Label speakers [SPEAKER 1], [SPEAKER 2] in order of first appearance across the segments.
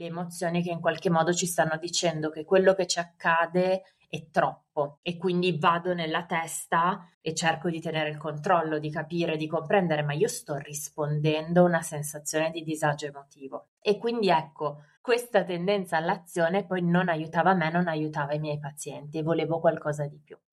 [SPEAKER 1] le emozioni che in qualche modo ci stanno dicendo che quello che ci accade è troppo e quindi vado nella testa e cerco di tenere il controllo, di capire, di comprendere, ma io sto rispondendo a una sensazione di disagio emotivo. E quindi ecco, questa tendenza all'azione poi non aiutava me, non aiutava i miei pazienti e volevo qualcosa di più.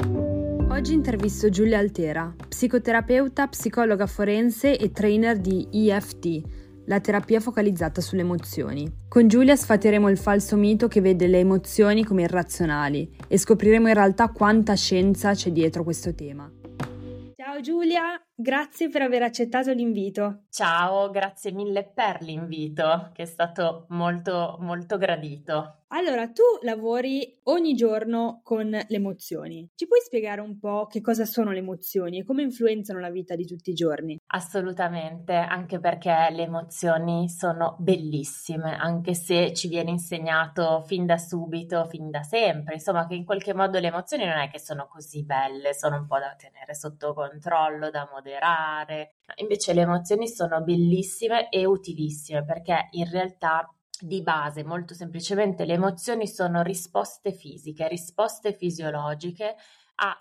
[SPEAKER 2] Oggi intervisto Giulia Altera, psicoterapeuta, psicologa forense e trainer di EFT, la terapia focalizzata sulle emozioni. Con Giulia sfateremo il falso mito che vede le emozioni come irrazionali e scopriremo in realtà quanta scienza c'è dietro questo tema. Ciao Giulia, grazie per aver accettato l'invito.
[SPEAKER 1] Ciao, grazie mille per l'invito, che è stato molto molto gradito.
[SPEAKER 2] Allora, tu lavori ogni giorno con le emozioni. Ci puoi spiegare un po' che cosa sono le emozioni e come influenzano la vita di tutti i giorni?
[SPEAKER 1] Assolutamente, anche perché le emozioni sono bellissime, anche se ci viene insegnato fin da subito, fin da sempre, insomma, che in qualche modo le emozioni non è che sono così belle, sono un po' da tenere sotto controllo, da moderare. Invece le emozioni sono bellissime e utilissime perché in realtà di base, molto semplicemente, le emozioni sono risposte fisiche, risposte fisiologiche a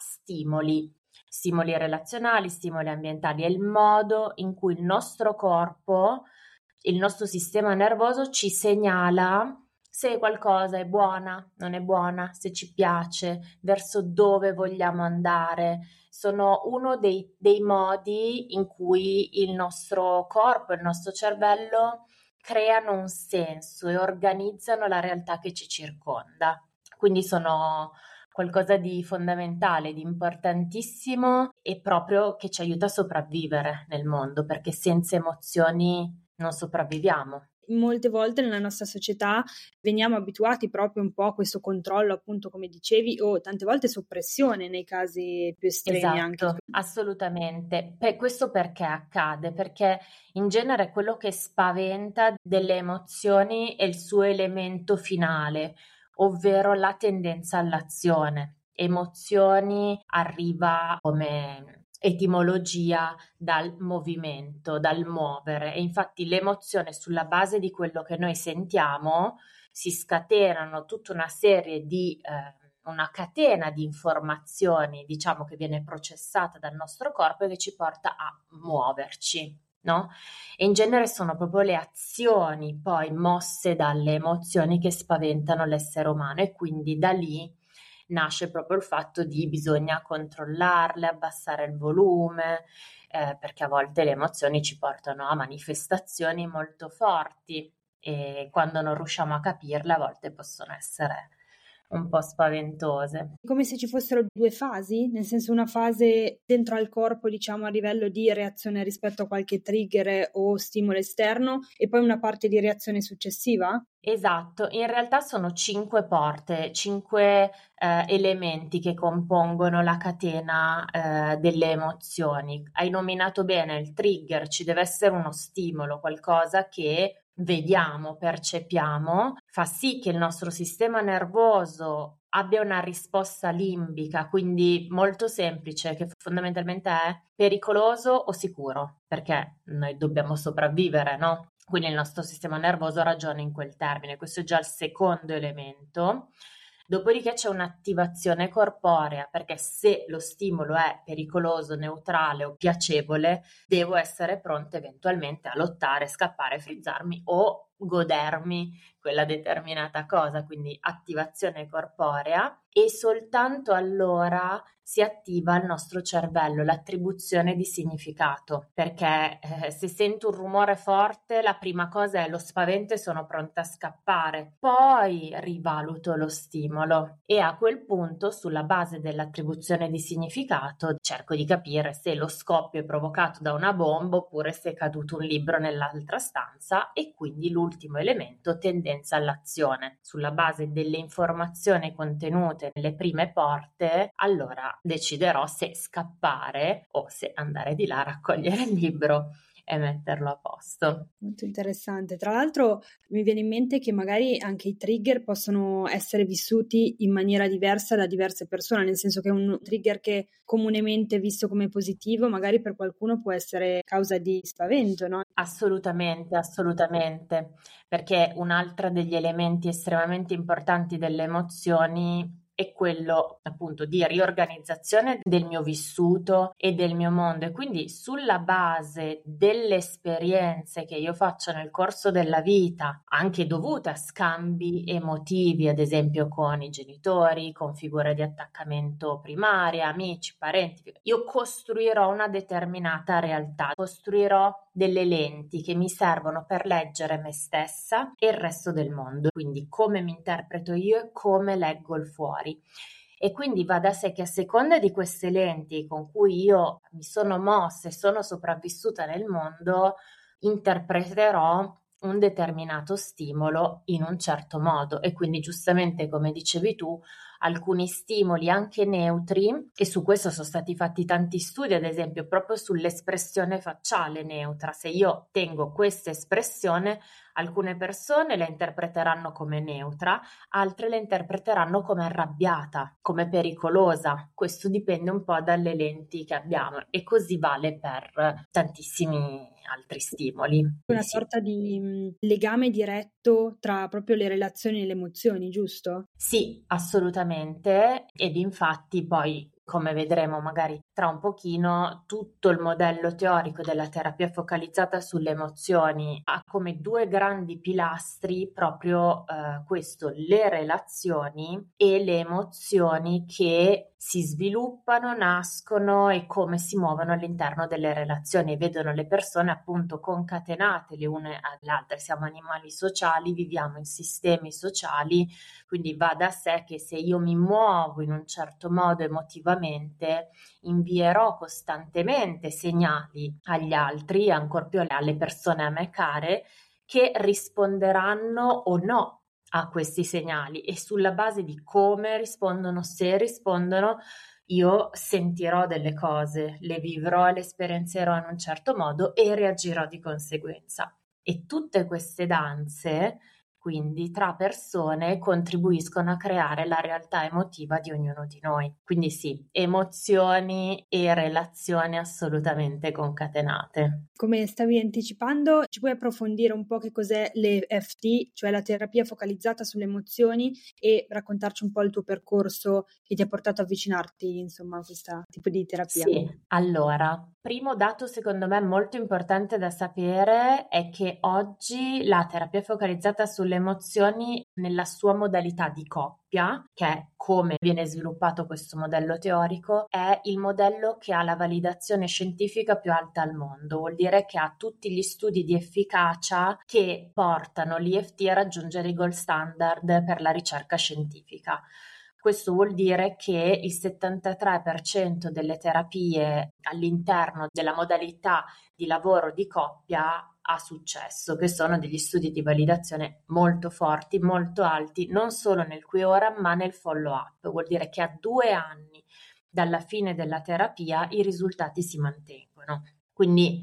[SPEAKER 1] stimoli relazionali, stimoli ambientali, è il modo in cui il nostro corpo, il nostro sistema nervoso ci segnala se qualcosa è buona, non è buona, se ci piace, verso dove vogliamo andare. Sono uno dei modi in cui il nostro corpo, il nostro cervello creano un senso e organizzano la realtà che ci circonda. Quindi sono qualcosa di fondamentale, di importantissimo e proprio che ci aiuta a sopravvivere nel mondo, perché senza emozioni non sopravviviamo.
[SPEAKER 2] Molte volte nella nostra società veniamo abituati proprio un po' a questo controllo, appunto, come dicevi, o tante volte soppressione nei casi più estremi anche.
[SPEAKER 1] Esatto, assolutamente. Questo perché accade? Perché in genere quello che spaventa delle emozioni è il suo elemento finale, ovvero la tendenza all'azione. Emozioni arriva come etimologia dal movimento, dal muovere e infatti l'emozione sulla base di quello che noi sentiamo si scatenano tutta una serie di una catena di informazioni, diciamo, che viene processata dal nostro corpo e che ci porta a muoverci. No? E in genere sono proprio le azioni poi mosse dalle emozioni che spaventano l'essere umano e quindi da lì nasce proprio il fatto di bisogna controllarle, abbassare il volume, perché a volte le emozioni ci portano a manifestazioni molto forti e quando non riusciamo a capirle a volte possono essere un po' spaventose.
[SPEAKER 2] Come se ci fossero due fasi, nel senso una fase dentro al corpo, diciamo a livello di reazione rispetto a qualche trigger o stimolo esterno e poi una parte di reazione successiva?
[SPEAKER 1] Esatto, in realtà sono 5 porte, 5 elementi che compongono la catena delle emozioni. Hai nominato bene il trigger, ci deve essere uno stimolo, qualcosa che vediamo, percepiamo, fa sì che il nostro sistema nervoso abbia una risposta limbica, quindi molto semplice, che fondamentalmente è pericoloso o sicuro, perché noi dobbiamo sopravvivere, no? Quindi il nostro sistema nervoso ragiona in quel termine, questo è già il secondo elemento. Dopodiché c'è un'attivazione corporea, perché se lo stimolo è pericoloso, neutrale o piacevole, devo essere pronta eventualmente a lottare, scappare, frizzarmi o godermi quella determinata cosa, quindi attivazione corporea e soltanto allora si attiva il nostro cervello, l'attribuzione di significato, perché se sento un rumore forte la prima cosa è lo spavento e sono pronta a scappare, poi rivaluto lo stimolo e a quel punto sulla base dell'attribuzione di significato cerco di capire se lo scoppio è provocato da una bomba oppure se è caduto un libro nell'altra stanza e quindi l'ultimo elemento, tendenza all'azione. Sulla base delle informazioni contenute nelle prime porte, allora deciderò se scappare o se andare di là a raccogliere il libro e metterlo a posto.
[SPEAKER 2] Molto interessante. Tra l'altro mi viene in mente che magari anche i trigger possono essere vissuti in maniera diversa da diverse persone, nel senso che un trigger che comunemente è visto come positivo, magari per qualcuno può essere causa di spavento, no?
[SPEAKER 1] Assolutamente, assolutamente, perché un altro degli elementi estremamente importanti delle emozioni è quello appunto di riorganizzazione del mio vissuto e del mio mondo, e quindi sulla base delle esperienze che io faccio nel corso della vita, anche dovute a scambi emotivi, ad esempio con i genitori, con figure di attaccamento primarie, amici, parenti, io costruirò una determinata realtà, costruirò delle lenti che mi servono per leggere me stessa e il resto del mondo, quindi come mi interpreto io e come leggo il fuori. E quindi va da sé che a seconda di queste lenti con cui io mi sono mossa e sono sopravvissuta nel mondo, interpreterò un determinato stimolo in un certo modo, e quindi giustamente come dicevi tu, alcuni stimoli anche neutri, e su questo sono stati fatti tanti studi, ad esempio proprio sull'espressione facciale neutra. Se io tengo questa espressione, alcune persone la interpreteranno come neutra, altre la interpreteranno come arrabbiata, come pericolosa. Questo dipende un po' dalle lenti che abbiamo, e così vale per tantissimi altri stimoli.
[SPEAKER 2] Una
[SPEAKER 1] Sì.
[SPEAKER 2] sorta di legame diretto tra proprio le relazioni e le emozioni, giusto?
[SPEAKER 1] Sì, assolutamente, ed infatti poi, come vedremo magari tra un pochino, tutto il modello teorico della terapia focalizzata sulle emozioni ha come due grandi pilastri proprio questo: le relazioni e le emozioni che si sviluppano, nascono e come si muovono all'interno delle relazioni, e vedono le persone appunto concatenate le une alle altre. Siamo animali sociali, viviamo in sistemi sociali, quindi va da sé che se io mi muovo in un certo modo emotivamente, invierò costantemente segnali agli altri, ancor più alle persone a me care, che risponderanno o no a questi segnali, e sulla base di come rispondono, se rispondono, io sentirò delle cose, le vivrò e le esperienzierò in un certo modo e reagirò di conseguenza. E tutte queste danze, quindi tra persone, contribuiscono a creare la realtà emotiva di ognuno di noi. Quindi sì, emozioni e relazioni assolutamente concatenate.
[SPEAKER 2] Come stavi anticipando, ci puoi approfondire un po' che cos'è l'EFT, cioè la terapia focalizzata sulle emozioni, e raccontarci un po' il tuo percorso che ti ha portato a avvicinarti, insomma, a questo tipo di terapia?
[SPEAKER 1] Sì, allora, primo dato secondo me molto importante da sapere è che oggi la terapia focalizzata sulle emozioni, nella sua modalità di coppia, che è come viene sviluppato questo modello teorico, è il modello che ha la validazione scientifica più alta al mondo. Vuol dire che ha tutti gli studi di efficacia che portano l'EFT a raggiungere i gold standard per la ricerca scientifica. Questo vuol dire che il 73% delle terapie all'interno della modalità di lavoro di coppia ha successo, che sono degli studi di validazione molto forti, molto alti, non solo nel qui e ora, ma nel follow-up. Vuol dire che a 2 anni dalla fine della terapia i risultati si mantengono. Quindi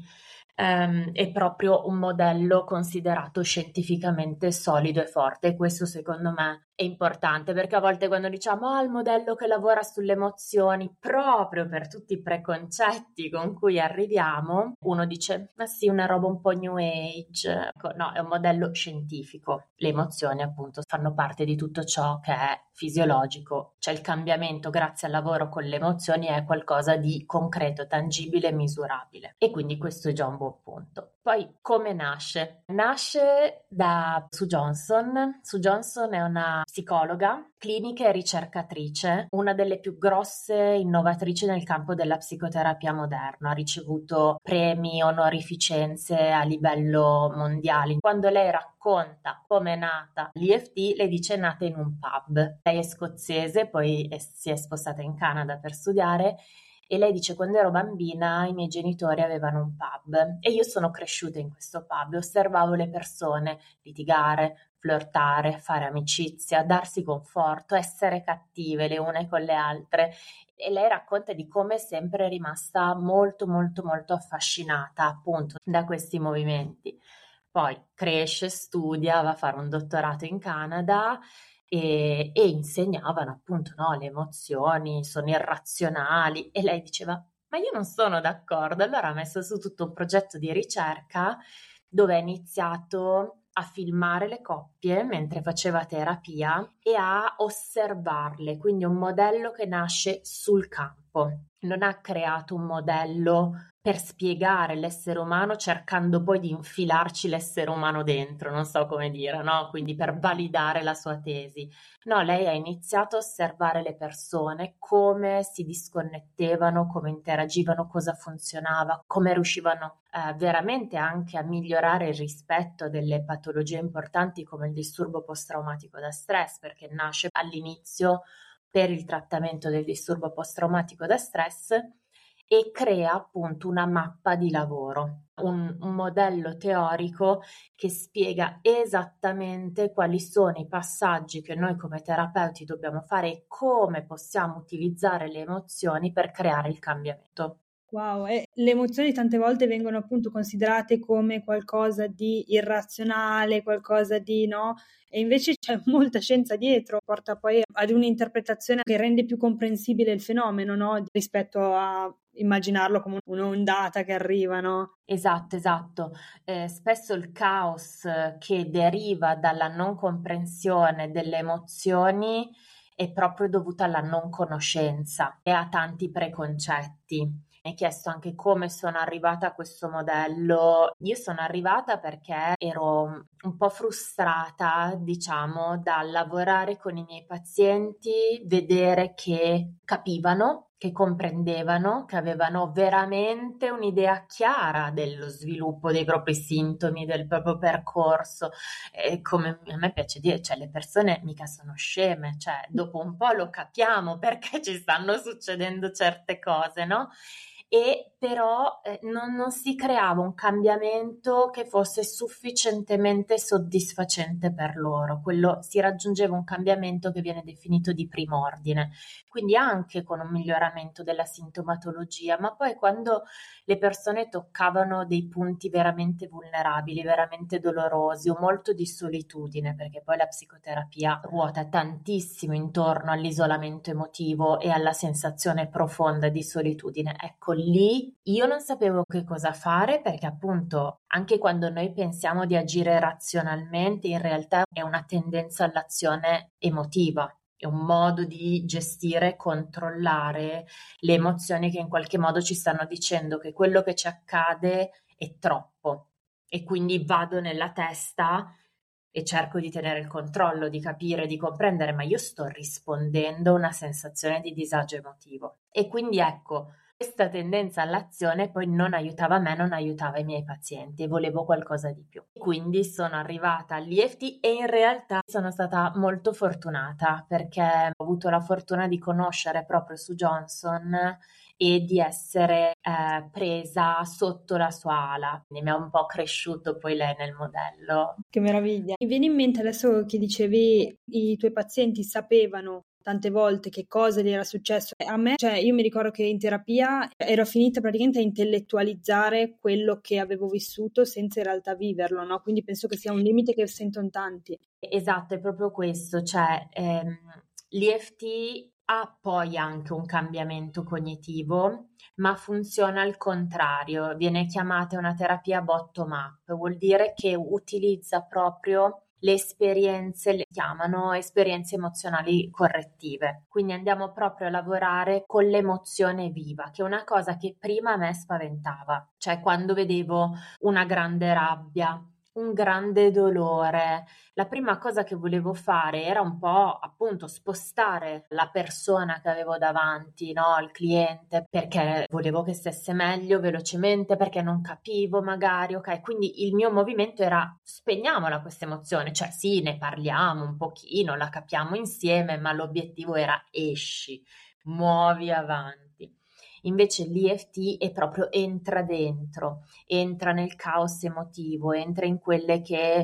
[SPEAKER 1] è proprio un modello considerato scientificamente solido e forte, e questo secondo me è importante, perché a volte quando diciamo il modello che lavora sulle emozioni, proprio per tutti i preconcetti con cui arriviamo, uno dice ma sì, una roba un po' new age. Ecco, no, è un modello scientifico. Le emozioni appunto fanno parte di tutto ciò che è fisiologico, cioè il cambiamento grazie al lavoro con le emozioni è qualcosa di concreto, tangibile e misurabile, e quindi questo è già un buon punto. Poi come nasce? Nasce da Sue Johnson. Sue Johnson è una psicologa clinica e ricercatrice, una delle più grosse innovatrici nel campo della psicoterapia moderna. Ha ricevuto premi, onorificenze a livello mondiale. Quando lei racconta come è nata l'EFT, le dice è nata in un pub. Lei è scozzese, poi si è spostata in Canada per studiare, e lei dice: quando ero bambina i miei genitori avevano un pub e io sono cresciuta in questo pub e osservavo le persone litigare, flirtare, fare amicizia, darsi conforto, essere cattive le une con le altre. E lei racconta di come è sempre rimasta molto molto molto affascinata appunto da questi movimenti. Poi cresce, studia, va a fare un dottorato in Canada e insegnavano appunto, no, le emozioni sono irrazionali e lei diceva ma io non sono d'accordo. Allora ha messo su tutto un progetto di ricerca dove ha iniziato a filmare le coppie mentre faceva terapia e a osservarle, quindi un modello che nasce sul campo. Non ha creato un modello per spiegare l'essere umano cercando poi di infilarci l'essere umano dentro, non so come dire, no? Quindi per validare la sua tesi. No, lei ha iniziato a osservare le persone, come si disconnettevano, come interagivano, cosa funzionava, come riuscivano veramente anche a migliorare il rispetto delle patologie importanti come il disturbo post-traumatico da stress, perché nasce all'inizio per il trattamento del disturbo post-traumatico da stress e crea appunto una mappa di lavoro, un modello teorico che spiega esattamente quali sono i passaggi che noi come terapeuti dobbiamo fare e come possiamo utilizzare le emozioni per creare il cambiamento.
[SPEAKER 2] Wow, e le emozioni tante volte vengono appunto considerate come qualcosa di irrazionale, qualcosa di no, e invece c'è molta scienza dietro, porta poi ad un'interpretazione che rende più comprensibile il fenomeno, no? Rispetto a immaginarlo come un'ondata che arriva, no?
[SPEAKER 1] Esatto, esatto. Spesso il caos che deriva dalla non comprensione delle emozioni è proprio dovuto alla non conoscenza e a tanti preconcetti. Mi hai chiesto anche come sono arrivata a questo modello. Io sono arrivata perché ero un po' frustrata, diciamo, dal lavorare con i miei pazienti, vedere che capivano, che comprendevano, che avevano veramente un'idea chiara dello sviluppo dei propri sintomi, del proprio percorso. E come a me piace dire, cioè le persone mica sono sceme, cioè dopo un po' lo capiamo perché ci stanno succedendo certe cose, no? E però non si creava un cambiamento che fosse sufficientemente soddisfacente per loro. Si raggiungeva un cambiamento che viene definito di primo ordine, quindi anche con un miglioramento della sintomatologia, ma poi quando le persone toccavano dei punti veramente vulnerabili, veramente dolorosi o molto di solitudine, perché poi la psicoterapia ruota tantissimo intorno all'isolamento emotivo e alla sensazione profonda di solitudine. Ecco, lì io non sapevo che cosa fare perché appunto anche quando noi pensiamo di agire razionalmente, in realtà è una tendenza all'azione emotiva. È un modo di gestire e controllare le emozioni che in qualche modo ci stanno dicendo che quello che ci accade è troppo e quindi vado nella testa e cerco di tenere il controllo, di capire, di comprendere, ma io sto rispondendo a una sensazione di disagio emotivo. E quindi ecco, questa tendenza all'azione poi non aiutava me, non aiutava i miei pazienti e volevo qualcosa di più. Quindi sono arrivata all'EFT e in realtà sono stata molto fortunata perché ho avuto la fortuna di conoscere proprio Sue Johnson e di essere presa sotto la sua ala. Quindi mi ha un po' cresciuto poi lei nel modello.
[SPEAKER 2] Che meraviglia. Mi viene in mente adesso che dicevi i tuoi pazienti sapevano tante volte che cosa gli era successo. A me, cioè io mi ricordo che in terapia ero finita praticamente a intellettualizzare quello che avevo vissuto senza in realtà viverlo, no? Quindi penso che sia un limite che sentono tanti.
[SPEAKER 1] Esatto, è proprio questo, cioè l'EFT ha poi anche un cambiamento cognitivo, ma funziona al contrario, viene chiamata una terapia bottom-up, vuol dire che utilizza proprio le esperienze, le chiamano esperienze emozionali correttive. Quindi andiamo proprio a lavorare con l'emozione viva, che è una cosa che prima a me spaventava, cioè quando vedevo una grande rabbia, un grande dolore. La prima cosa che volevo fare era un po' appunto spostare la persona che avevo davanti, no, il cliente, perché volevo che stesse meglio velocemente, perché non capivo magari, ok? Quindi il mio movimento era spegniamola questa emozione, cioè sì, ne parliamo un pochino, la capiamo insieme, ma l'obiettivo era esci, muovi avanti. Invece l'EFT è proprio entra dentro, entra nel caos emotivo, entra in quelle che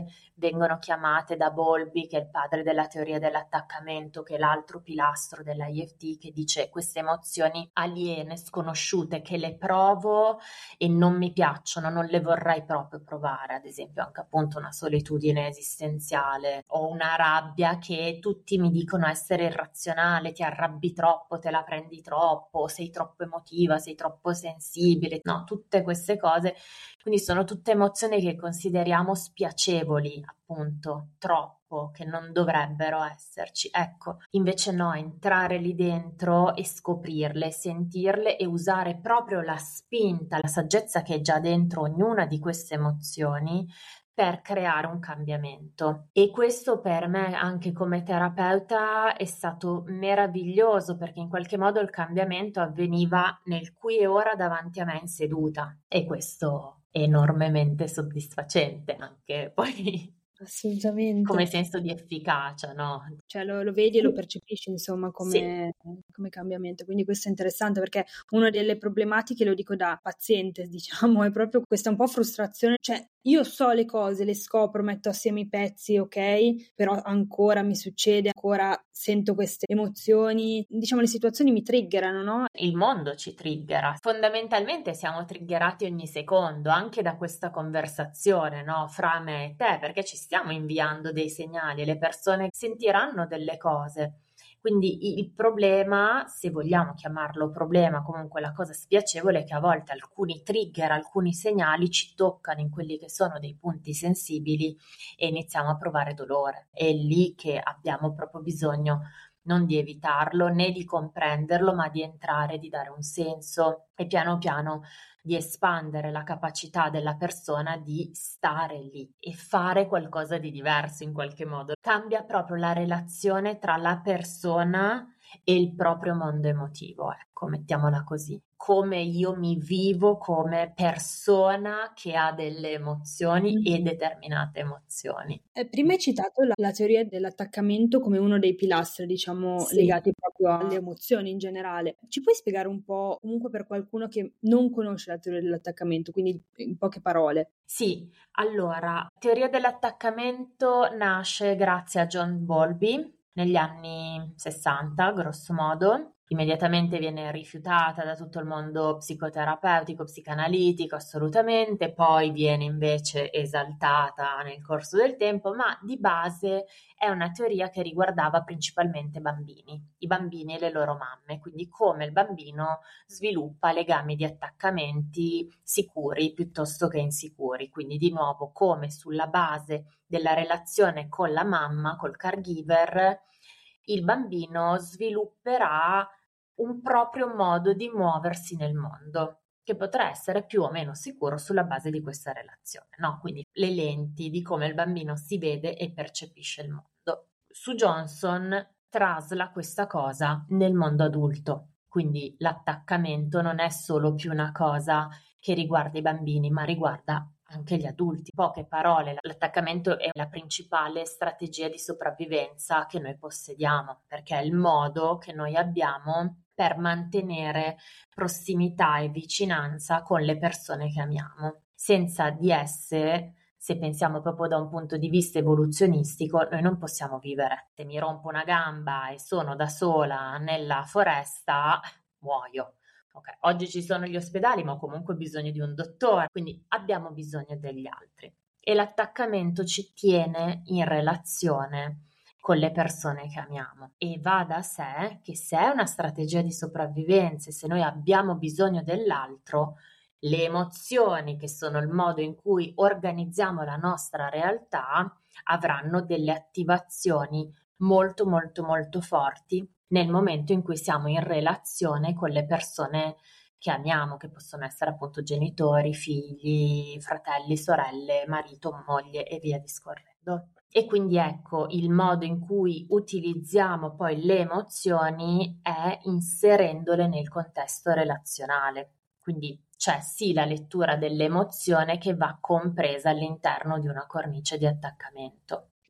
[SPEAKER 1] vengono chiamate da Bowlby, che è il padre della teoria dell'attaccamento, che è l'altro pilastro della EFT, che dice queste emozioni aliene, sconosciute, che le provo e non mi piacciono, non le vorrei proprio provare, ad esempio anche appunto una solitudine esistenziale o una rabbia che tutti mi dicono essere irrazionale, ti arrabbi troppo, te la prendi troppo, sei troppo emotiva, sei troppo sensibile, no, tutte queste cose, quindi sono tutte emozioni che consideriamo spiacevoli, appunto, troppo, che non dovrebbero esserci. Ecco, invece no, entrare lì dentro e scoprirle, sentirle e usare proprio la spinta, la saggezza che è già dentro ognuna di queste emozioni per creare un cambiamento. E questo per me, anche come terapeuta, è stato meraviglioso, perché in qualche modo il cambiamento avveniva nel qui e ora davanti a me in seduta, e questo è enormemente soddisfacente anche poi
[SPEAKER 2] Assolutamente.
[SPEAKER 1] come senso di efficacia, no?
[SPEAKER 2] Cioè lo vedi e lo percepisci insomma
[SPEAKER 1] Sì.
[SPEAKER 2] come cambiamento, quindi questo è interessante perché una delle problematiche, lo dico da paziente diciamo, è proprio questa un po' frustrazione, cioè io so le cose, le scopro, metto assieme i pezzi, ok, però ancora mi succede, ancora sento queste emozioni, diciamo le situazioni mi triggerano, no?
[SPEAKER 1] Il mondo ci triggera, fondamentalmente siamo triggerati ogni secondo, anche da questa conversazione, no, fra me e te, perché ci stiamo inviando dei segnali e le persone sentiranno delle cose. Quindi il problema, se vogliamo chiamarlo problema, comunque la cosa spiacevole è che a volte alcuni trigger, alcuni segnali ci toccano in quelli che sono dei punti sensibili e iniziamo a provare dolore. È lì che abbiamo proprio bisogno non di evitarlo né di comprenderlo, ma di entrare, di dare un senso e piano piano di espandere la capacità della persona di stare lì e fare qualcosa di diverso in qualche modo. Cambia proprio la relazione tra la persona e il proprio mondo emotivo, ecco, mettiamola così. Come io mi vivo come persona che ha delle emozioni e determinate emozioni.
[SPEAKER 2] Prima hai citato la teoria dell'attaccamento come uno dei pilastri, diciamo,
[SPEAKER 1] Sì.
[SPEAKER 2] legati proprio alle emozioni in generale. Ci puoi spiegare un po', comunque per qualcuno che non conosce la teoria dell'attaccamento, quindi in poche parole?
[SPEAKER 1] Sì, allora, teoria dell'attaccamento nasce grazie a John Bowlby negli anni 60, grosso modo. Immediatamente viene rifiutata da tutto il mondo psicoterapeutico, psicanalitico, assolutamente, poi viene invece esaltata nel corso del tempo, ma di base è una teoria che riguardava principalmente i bambini e le loro mamme, quindi come il bambino sviluppa legami di attaccamenti sicuri piuttosto che insicuri, quindi di nuovo come sulla base della relazione con la mamma, col caregiver, il bambino svilupperà un proprio modo di muoversi nel mondo, che potrà essere più o meno sicuro sulla base di questa relazione, no? Quindi le lenti di come il bambino si vede e percepisce il mondo. Su Johnson trasla questa cosa nel mondo adulto, quindi l'attaccamento non è solo più una cosa che riguarda i bambini, ma riguarda anche gli adulti. Poche parole, l'attaccamento è la principale strategia di sopravvivenza che noi possediamo, perché è il modo che noi abbiamo per mantenere prossimità e vicinanza con le persone che amiamo. Senza di esse, se pensiamo proprio da un punto di vista evoluzionistico, noi non possiamo vivere. Se mi rompo una gamba e sono da sola nella foresta, muoio. Okay. Oggi ci sono gli ospedali, ma ho comunque bisogno di un dottore, quindi abbiamo bisogno degli altri. E l'attaccamento ci tiene in relazione con le persone che amiamo. E va da sé che se è una strategia di sopravvivenza, se noi abbiamo bisogno dell'altro, le emozioni, che sono il modo in cui organizziamo la nostra realtà, avranno delle attivazioni molto molto molto forti nel momento in cui siamo in relazione con le persone che amiamo, che possono essere appunto genitori, figli, fratelli, sorelle, marito, moglie e via discorrendo. E quindi ecco, il modo in cui utilizziamo poi le emozioni è inserendole nel contesto relazionale. Quindi c'è sì la lettura dell'emozione che va compresa all'interno di una cornice di attaccamento.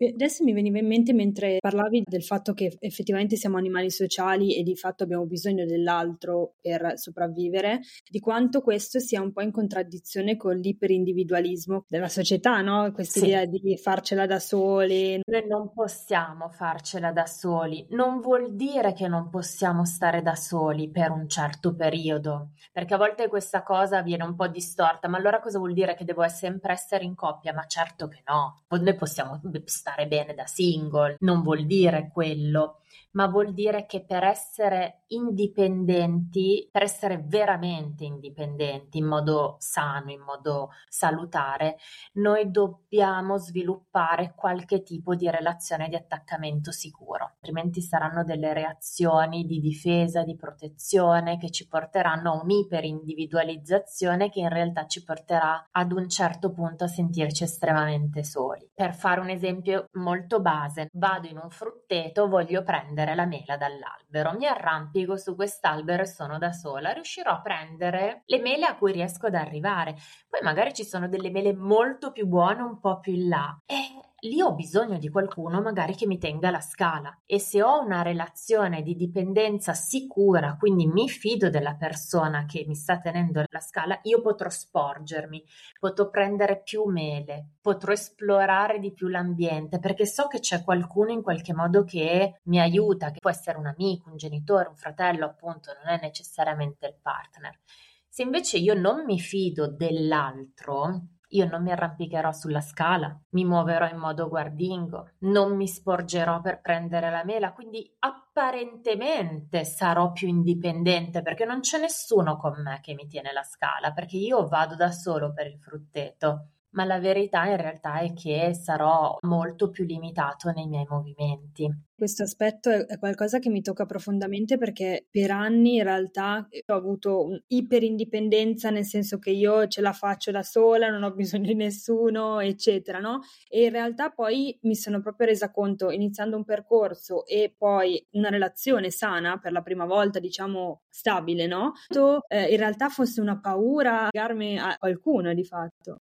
[SPEAKER 2] E adesso mi veniva in mente mentre parlavi del fatto che effettivamente siamo animali sociali e di fatto abbiamo bisogno dell'altro per sopravvivere, di quanto questo sia un po' in contraddizione con l'iperindividualismo della società, no? Questa
[SPEAKER 1] Sì.
[SPEAKER 2] idea di farcela da soli.
[SPEAKER 1] Noi non possiamo farcela da soli, non vuol dire che non possiamo stare da soli per un certo periodo, perché a volte questa cosa viene un po' distorta, ma allora cosa vuol dire che devo sempre essere in coppia? Ma certo che no, noi possiamo stare bene da single, non vuol dire quello, ma vuol dire che per essere indipendenti, per essere veramente indipendenti in modo sano, in modo salutare, noi dobbiamo sviluppare qualche tipo di relazione di attaccamento sicuro, altrimenti saranno delle reazioni di difesa, di protezione che ci porteranno a un'iperindividualizzazione che in realtà ci porterà ad un certo punto a sentirci estremamente soli. Per fare un esempio molto base, vado in un frutteto, voglio prendere la mela dall'albero, mi arrampico su quest'albero e sono da sola, riuscirò a prendere le mele a cui riesco ad arrivare. Poi magari ci sono delle mele molto più buone un po' più in là e lì ho bisogno di qualcuno magari che mi tenga la scala, e se ho una relazione di dipendenza sicura, quindi mi fido della persona che mi sta tenendo la scala, io potrò sporgermi, potrò prendere più mele, potrò esplorare di più l'ambiente perché so che c'è qualcuno in qualche modo che mi aiuta, che può essere un amico, un genitore, un fratello, appunto, non è necessariamente il partner. Se invece io non mi fido dell'altro, io non mi arrampicherò sulla scala, mi muoverò in modo guardingo, non mi sporgerò per prendere la mela, quindi apparentemente sarò più indipendente perché non c'è nessuno con me che mi tiene la scala, perché io vado da solo per il frutteto. Ma la verità in realtà è che sarò molto più limitato nei miei movimenti.
[SPEAKER 2] Questo aspetto è qualcosa che mi tocca profondamente perché per anni in realtà ho avuto un'iperindipendenza, nel senso che io ce la faccio da sola, non ho bisogno di nessuno, eccetera, no? E in realtà poi mi sono proprio resa conto, iniziando un percorso e poi una relazione sana, per la prima volta, diciamo, stabile, no? In realtà fosse una paura legarmi a qualcuno di fatto.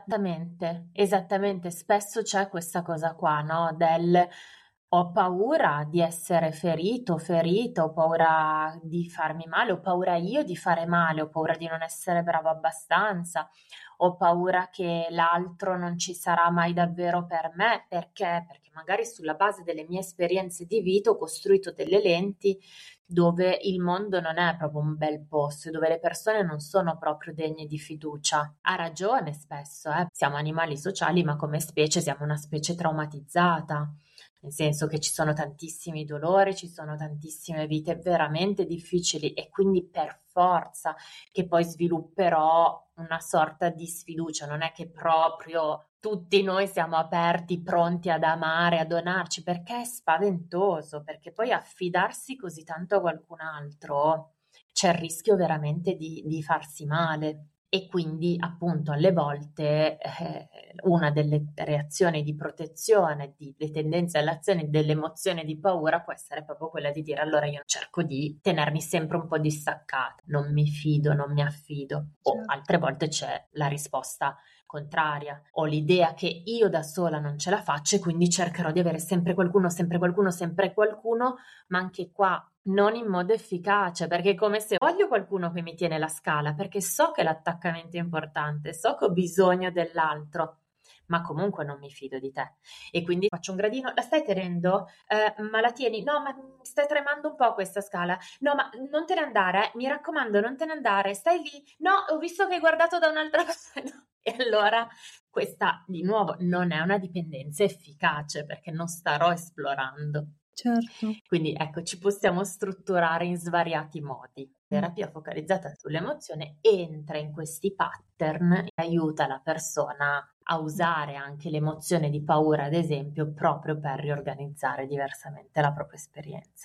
[SPEAKER 1] Esattamente. Spesso c'è questa cosa qua, no? Del ho paura di essere ferito, ferita, ho paura di farmi male, ho paura io di fare male, ho paura di non essere bravo abbastanza, ho paura che l'altro non ci sarà mai davvero per me. Perché? Perché magari sulla base delle mie esperienze di vita ho costruito delle lenti dove il mondo non è proprio un bel posto, dove le persone non sono proprio degne di fiducia. Ha ragione spesso, siamo animali sociali, ma come specie siamo una specie traumatizzata, nel senso che ci sono tantissimi dolori, ci sono tantissime vite veramente difficili e quindi per forza che poi svilupperò una sorta di sfiducia, non è che proprio tutti noi siamo aperti, pronti ad amare, a donarci, perché è spaventoso, perché poi affidarsi così tanto a qualcun altro c'è il rischio veramente di farsi male. E quindi appunto alle volte una delle reazioni di protezione, le tendenze alle azioni, delle emozioni di paura può essere proprio quella di dire allora io cerco di tenermi sempre un po' distaccata, non mi fido, non mi affido. O altre volte c'è la risposta contraria, ho l'idea che io da sola non ce la faccio e quindi cercherò di avere sempre qualcuno, sempre qualcuno, sempre qualcuno, ma anche qua non in modo efficace, perché è come se voglio qualcuno che mi tiene la scala, perché so che l'attaccamento è importante, so che ho bisogno dell'altro, ma comunque non mi fido di te. E quindi faccio un gradino, la stai tenendo? Ma la tieni? No, ma stai tremando un po' questa scala. No, ma non te ne andare, mi raccomando, non te ne andare, stai lì. No, ho visto che hai guardato da un'altra parte. No. E allora questa, di nuovo, non è una dipendenza efficace, perché non starò esplorando.
[SPEAKER 2] Certo.
[SPEAKER 1] Quindi ecco, ci possiamo strutturare in svariati modi. La terapia focalizzata sull'emozione entra in questi pattern e aiuta la persona a usare anche l'emozione di paura, ad esempio, proprio per riorganizzare diversamente la propria esperienza.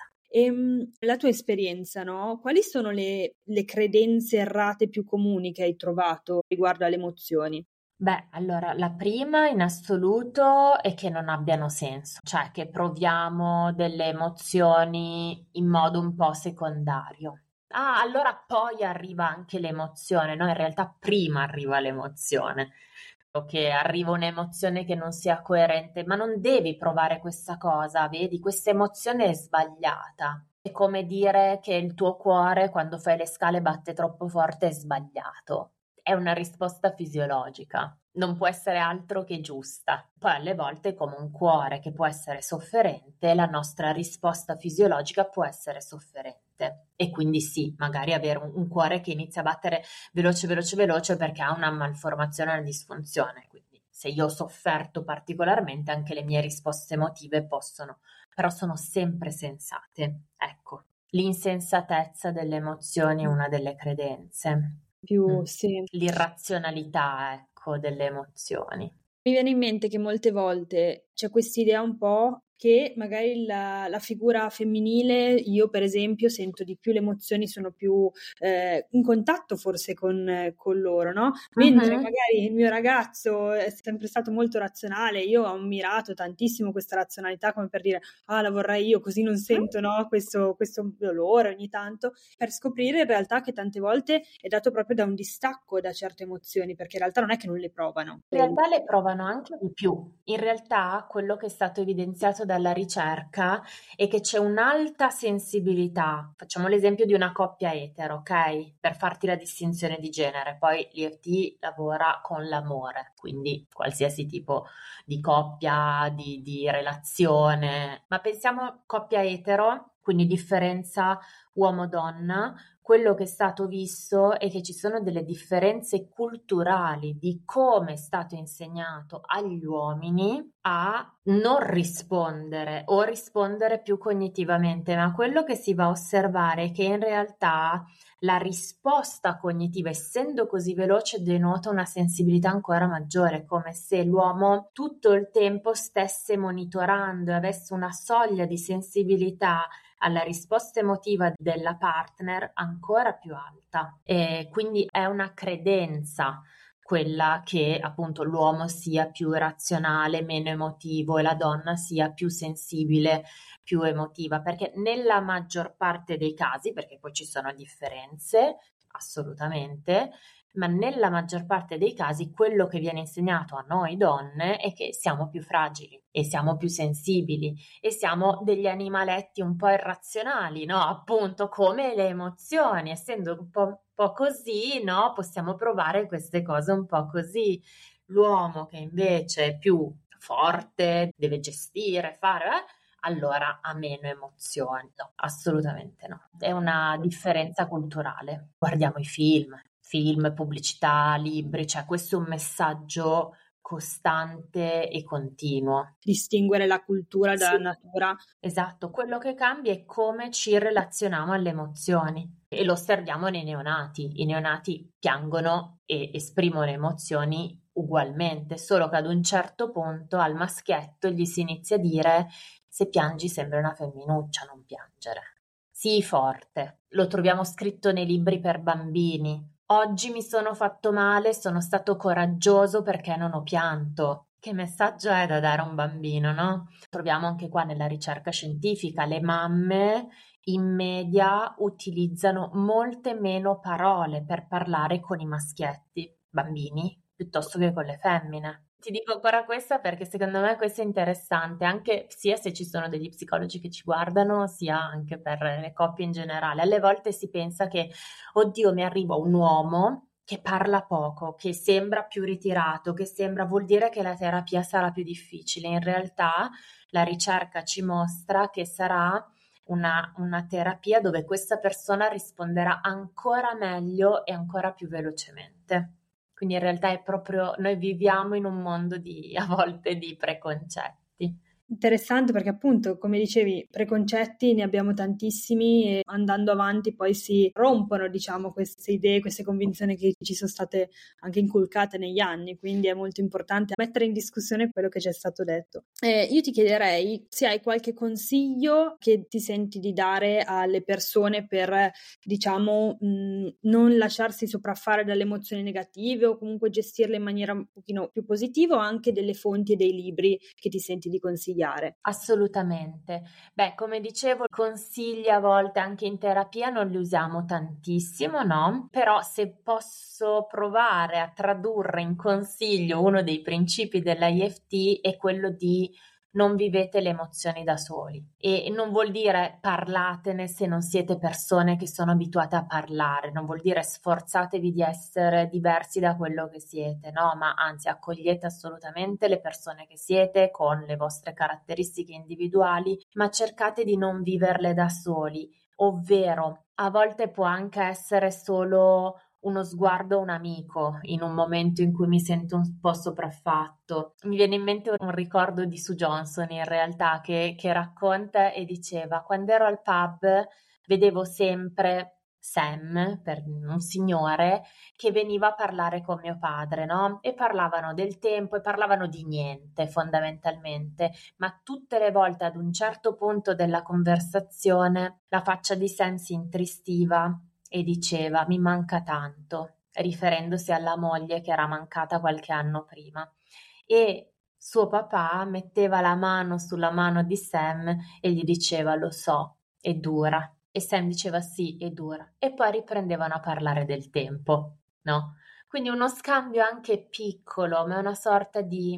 [SPEAKER 2] La tua esperienza, no? Quali sono le credenze errate più comuni che hai trovato riguardo alle emozioni?
[SPEAKER 1] Beh, allora, la prima in assoluto è che non abbiano senso, cioè che proviamo delle emozioni in modo un po' secondario. Ah, allora poi arriva anche l'emozione, no? In realtà prima arriva l'emozione. o che arriva un'emozione che non sia coerente, ma non devi provare questa cosa, vedi? Questa emozione è sbagliata. È come dire che il tuo cuore quando fai le scale batte troppo forte, è sbagliato. È una risposta fisiologica, non può essere altro che giusta. Poi alle volte, come un cuore che può essere sofferente, la nostra risposta fisiologica può essere sofferente. E quindi sì, magari avere un cuore che inizia a battere veloce, veloce, veloce perché ha una malformazione, una disfunzione. Quindi se io ho sofferto particolarmente, anche le mie risposte emotive possono, però sono sempre sensate. Ecco, l'insensatezza delle emozioni è una delle credenze.
[SPEAKER 2] Sì.
[SPEAKER 1] L'irrazionalità, ecco, delle emozioni.
[SPEAKER 2] Mi viene in mente che molte volte c'è quest'idea un po' che magari la figura femminile, io per esempio sento di più le emozioni, sono più in contatto forse con loro, no? Mentre magari il mio ragazzo è sempre stato molto razionale, io ho ammirato tantissimo questa razionalità, come per dire, la vorrei io, così non sento, no, questo dolore ogni tanto, per scoprire in realtà che tante volte è dato proprio da un distacco da certe emozioni, perché in realtà non è che non le provano.
[SPEAKER 1] In realtà le provano anche di più. In realtà quello che è stato evidenziato dalla ricerca è che c'è un'alta sensibilità. Facciamo l'esempio di una coppia etero, ok? Per farti la distinzione di genere. Poi l'EFT lavora con l'amore, quindi qualsiasi tipo di coppia, di relazione. Ma pensiamo coppia etero, quindi differenza uomo-donna. Quello che è stato visto è che ci sono delle differenze culturali di come è stato insegnato agli uomini a non rispondere o rispondere più cognitivamente, ma quello che si va a osservare è che in realtà la risposta cognitiva, essendo così veloce, denota una sensibilità ancora maggiore, come se l'uomo tutto il tempo stesse monitorando e avesse una soglia di sensibilità alla risposta emotiva della partner ancora più alta. E quindi è una credenza quella che appunto l'uomo sia più razionale, meno emotivo e la donna sia più sensibile, più emotiva, perché nella maggior parte dei casi, perché poi ci sono differenze, assolutamente, ma nella maggior parte dei casi quello che viene insegnato a noi donne è che siamo più fragili e siamo più sensibili e siamo degli animaletti un po' irrazionali, no? Appunto come le emozioni, essendo un po' così, no? Possiamo provare queste cose un po' così. L'uomo che invece è più forte, deve gestire, fare, allora ha meno emozioni. No, assolutamente no. È una differenza culturale. Guardiamo i film, pubblicità, libri, cioè questo è un messaggio costante e continuo.
[SPEAKER 2] Distinguere la cultura
[SPEAKER 1] Sì,
[SPEAKER 2] dalla natura.
[SPEAKER 1] esatto, quello che cambia è come ci relazioniamo alle emozioni e lo osserviamo nei neonati. I neonati piangono e esprimono emozioni ugualmente, solo che ad un certo punto al maschietto gli si inizia a dire: se piangi sembra una femminuccia, non piangere. Sii forte. Lo troviamo scritto nei libri per bambini. Oggi mi sono fatto male, sono stato coraggioso perché non ho pianto. Che messaggio è da dare a un bambino, no? Troviamo anche qua nella ricerca scientifica, le mamme in media utilizzano molte meno parole per parlare con i maschietti, bambini, piuttosto che con le femmine. Ti dico ancora questa perché secondo me questo è interessante, anche sia se ci sono degli psicologi che ci guardano, sia anche per le coppie in generale. Alle volte si pensa che, oddio, mi arriva un uomo che parla poco, che sembra più ritirato, che sembra, vuol dire che la terapia sarà più difficile. In realtà la ricerca ci mostra che sarà una terapia dove questa persona risponderà ancora meglio e ancora più velocemente. Quindi in realtà è proprio, noi viviamo in un mondo a volte di preconcetti.
[SPEAKER 2] Interessante perché appunto, come dicevi, preconcetti ne abbiamo tantissimi e andando avanti poi si rompono, diciamo, queste idee, queste convinzioni che ci sono state anche inculcate negli anni, quindi è molto importante mettere in discussione quello che ci è stato detto. Io ti chiederei se hai qualche consiglio che ti senti di dare alle persone per, diciamo, non lasciarsi sopraffare dalle emozioni negative o comunque gestirle in maniera un pochino più positiva, o anche delle fonti e dei libri che ti senti di consigliare. consigliare?
[SPEAKER 1] Assolutamente. Beh, come dicevo, consigli a volte anche in terapia non li usiamo tantissimo, no? Però se posso provare a tradurre in consiglio uno dei principi dell'IFT è quello di non vivete le emozioni da soli. E non vuol dire parlatene se non siete persone che sono abituate a parlare, non vuol dire sforzatevi di essere diversi da quello che siete, no? Ma anzi accogliete assolutamente le persone che siete con le vostre caratteristiche individuali, ma cercate di non viverle da soli, ovvero a volte può anche essere solo uno sguardo a un amico in un momento in cui mi sento un po' sopraffatto. Mi viene in mente un ricordo di Sue Johnson in realtà che racconta e diceva: quando ero al pub vedevo sempre Sam, per un signore, che veniva a parlare con mio padre, no? E parlavano del tempo e parlavano di niente fondamentalmente, ma tutte le volte ad un certo punto della conversazione la faccia di Sam si intristiva e diceva mi manca tanto, riferendosi alla moglie che era mancata qualche anno prima. E suo papà metteva la mano sulla mano di Sam e gli diceva lo so, è dura. E Sam diceva sì, è dura. E poi riprendevano a parlare del tempo, no? Quindi uno scambio anche piccolo, ma è una sorta di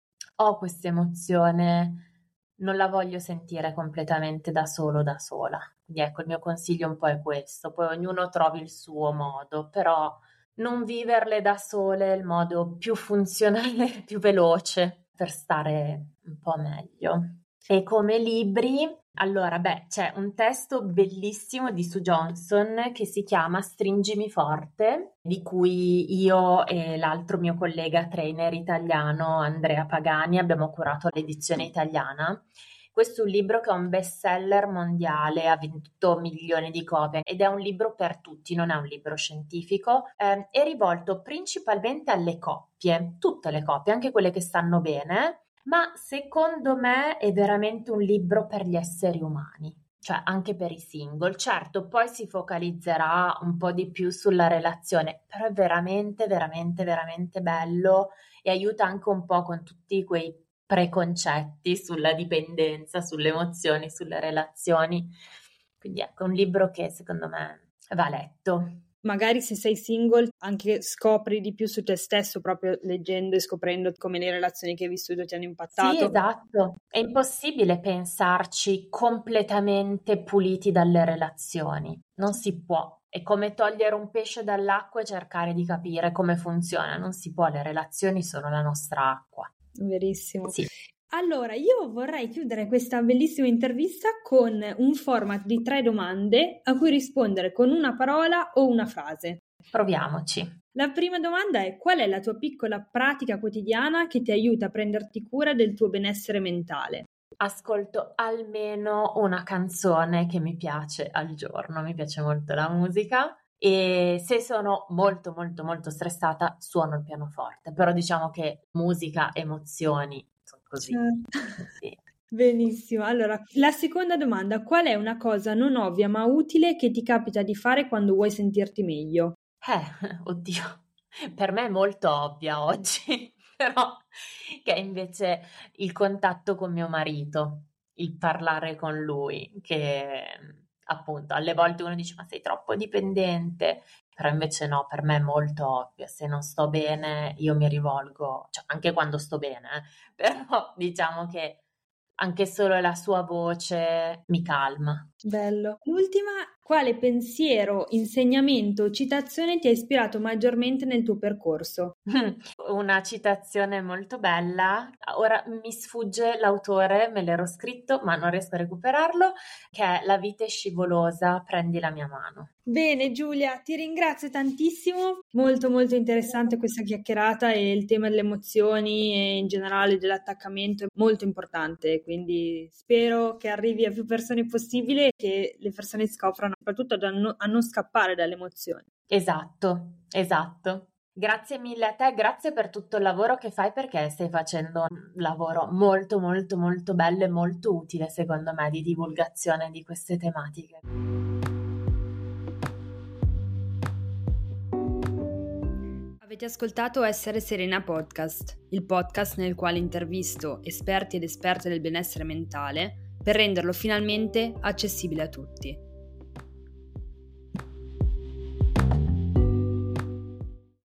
[SPEAKER 1] ho questa emozione, non la voglio sentire completamente da solo, da sola. Quindi ecco, il mio consiglio un po' è questo, poi ognuno trovi il suo modo, però non viverle da sole è il modo più funzionale, più veloce per stare un po' meglio. E come libri, allora, beh, c'è un testo bellissimo di Sue Johnson che si chiama Stringimi forte, di cui io e l'altro mio collega trainer italiano, Andrea Pagani, abbiamo curato l'edizione italiana. Questo è un libro che è un bestseller mondiale, ha venduto milioni di copie ed è un libro per tutti, non è un libro scientifico, è rivolto principalmente alle coppie, tutte le coppie, anche quelle che stanno bene, ma secondo me è veramente un libro per gli esseri umani, cioè anche per i single. Certo, poi si focalizzerà un po' di più sulla relazione, però è veramente, veramente, veramente bello e aiuta anche un po' con tutti quei preconcetti sulla dipendenza, sulle emozioni, sulle relazioni. Quindi ecco, un libro che secondo me va letto.
[SPEAKER 2] Magari se sei single anche scopri di più su te stesso proprio leggendo e scoprendo come le relazioni che hai vissuto ti hanno
[SPEAKER 1] Sì,
[SPEAKER 2] impattato.
[SPEAKER 1] esatto. È impossibile pensarci completamente puliti dalle relazioni. Non si può. È come togliere un pesce dall'acqua e cercare di capire come funziona. Non si può, le relazioni sono la nostra acqua.
[SPEAKER 2] Verissimo.
[SPEAKER 1] Sì,
[SPEAKER 2] Allora, io vorrei chiudere questa bellissima intervista con un format di 3 domande a cui rispondere con una parola o una frase.
[SPEAKER 1] proviamoci.
[SPEAKER 2] La prima domanda è: qual è la tua piccola pratica quotidiana che ti aiuta a prenderti cura del tuo benessere mentale?
[SPEAKER 1] Ascolto almeno una canzone che mi piace al giorno, mi piace molto la musica e se sono molto molto molto stressata suono il pianoforte, però diciamo che musica, emozioni, sono così.
[SPEAKER 2] Certo.
[SPEAKER 1] Sì.
[SPEAKER 2] Benissimo. Allora, la seconda domanda: qual è una cosa non ovvia ma utile che ti capita di fare quando vuoi sentirti meglio?
[SPEAKER 1] Oddio, per me è molto ovvia oggi, però che è invece il contatto con mio marito, il parlare con lui, che appunto alle volte uno dice ma sei troppo dipendente, però invece no, per me è molto ovvio, se non sto bene io mi rivolgo, cioè anche quando sto bene, però diciamo che anche solo la sua voce mi calma.
[SPEAKER 2] Bello. L'ultima: quale pensiero, insegnamento o citazione ti ha ispirato maggiormente nel tuo percorso?
[SPEAKER 1] Una citazione molto bella, ora mi sfugge l'autore, me l'ero scritto ma non riesco a recuperarlo, che è La vita è scivolosa, prendi la mia mano.
[SPEAKER 2] Bene Giulia, ti ringrazio tantissimo, molto molto interessante questa chiacchierata e il tema delle emozioni e in generale dell'attaccamento è molto importante, quindi spero che arrivi a più persone possibile e che le persone scoprano soprattutto a non scappare dalle emozioni.
[SPEAKER 1] Esatto, esatto. Grazie mille a te, grazie per tutto il lavoro che fai perché stai facendo un lavoro molto molto molto bello e molto utile secondo me di divulgazione di queste tematiche.
[SPEAKER 2] Avete Avete ascoltato Essere Serena Podcast, il podcast nel quale intervisto esperti ed esperte del benessere mentale per renderlo finalmente accessibile a tutti.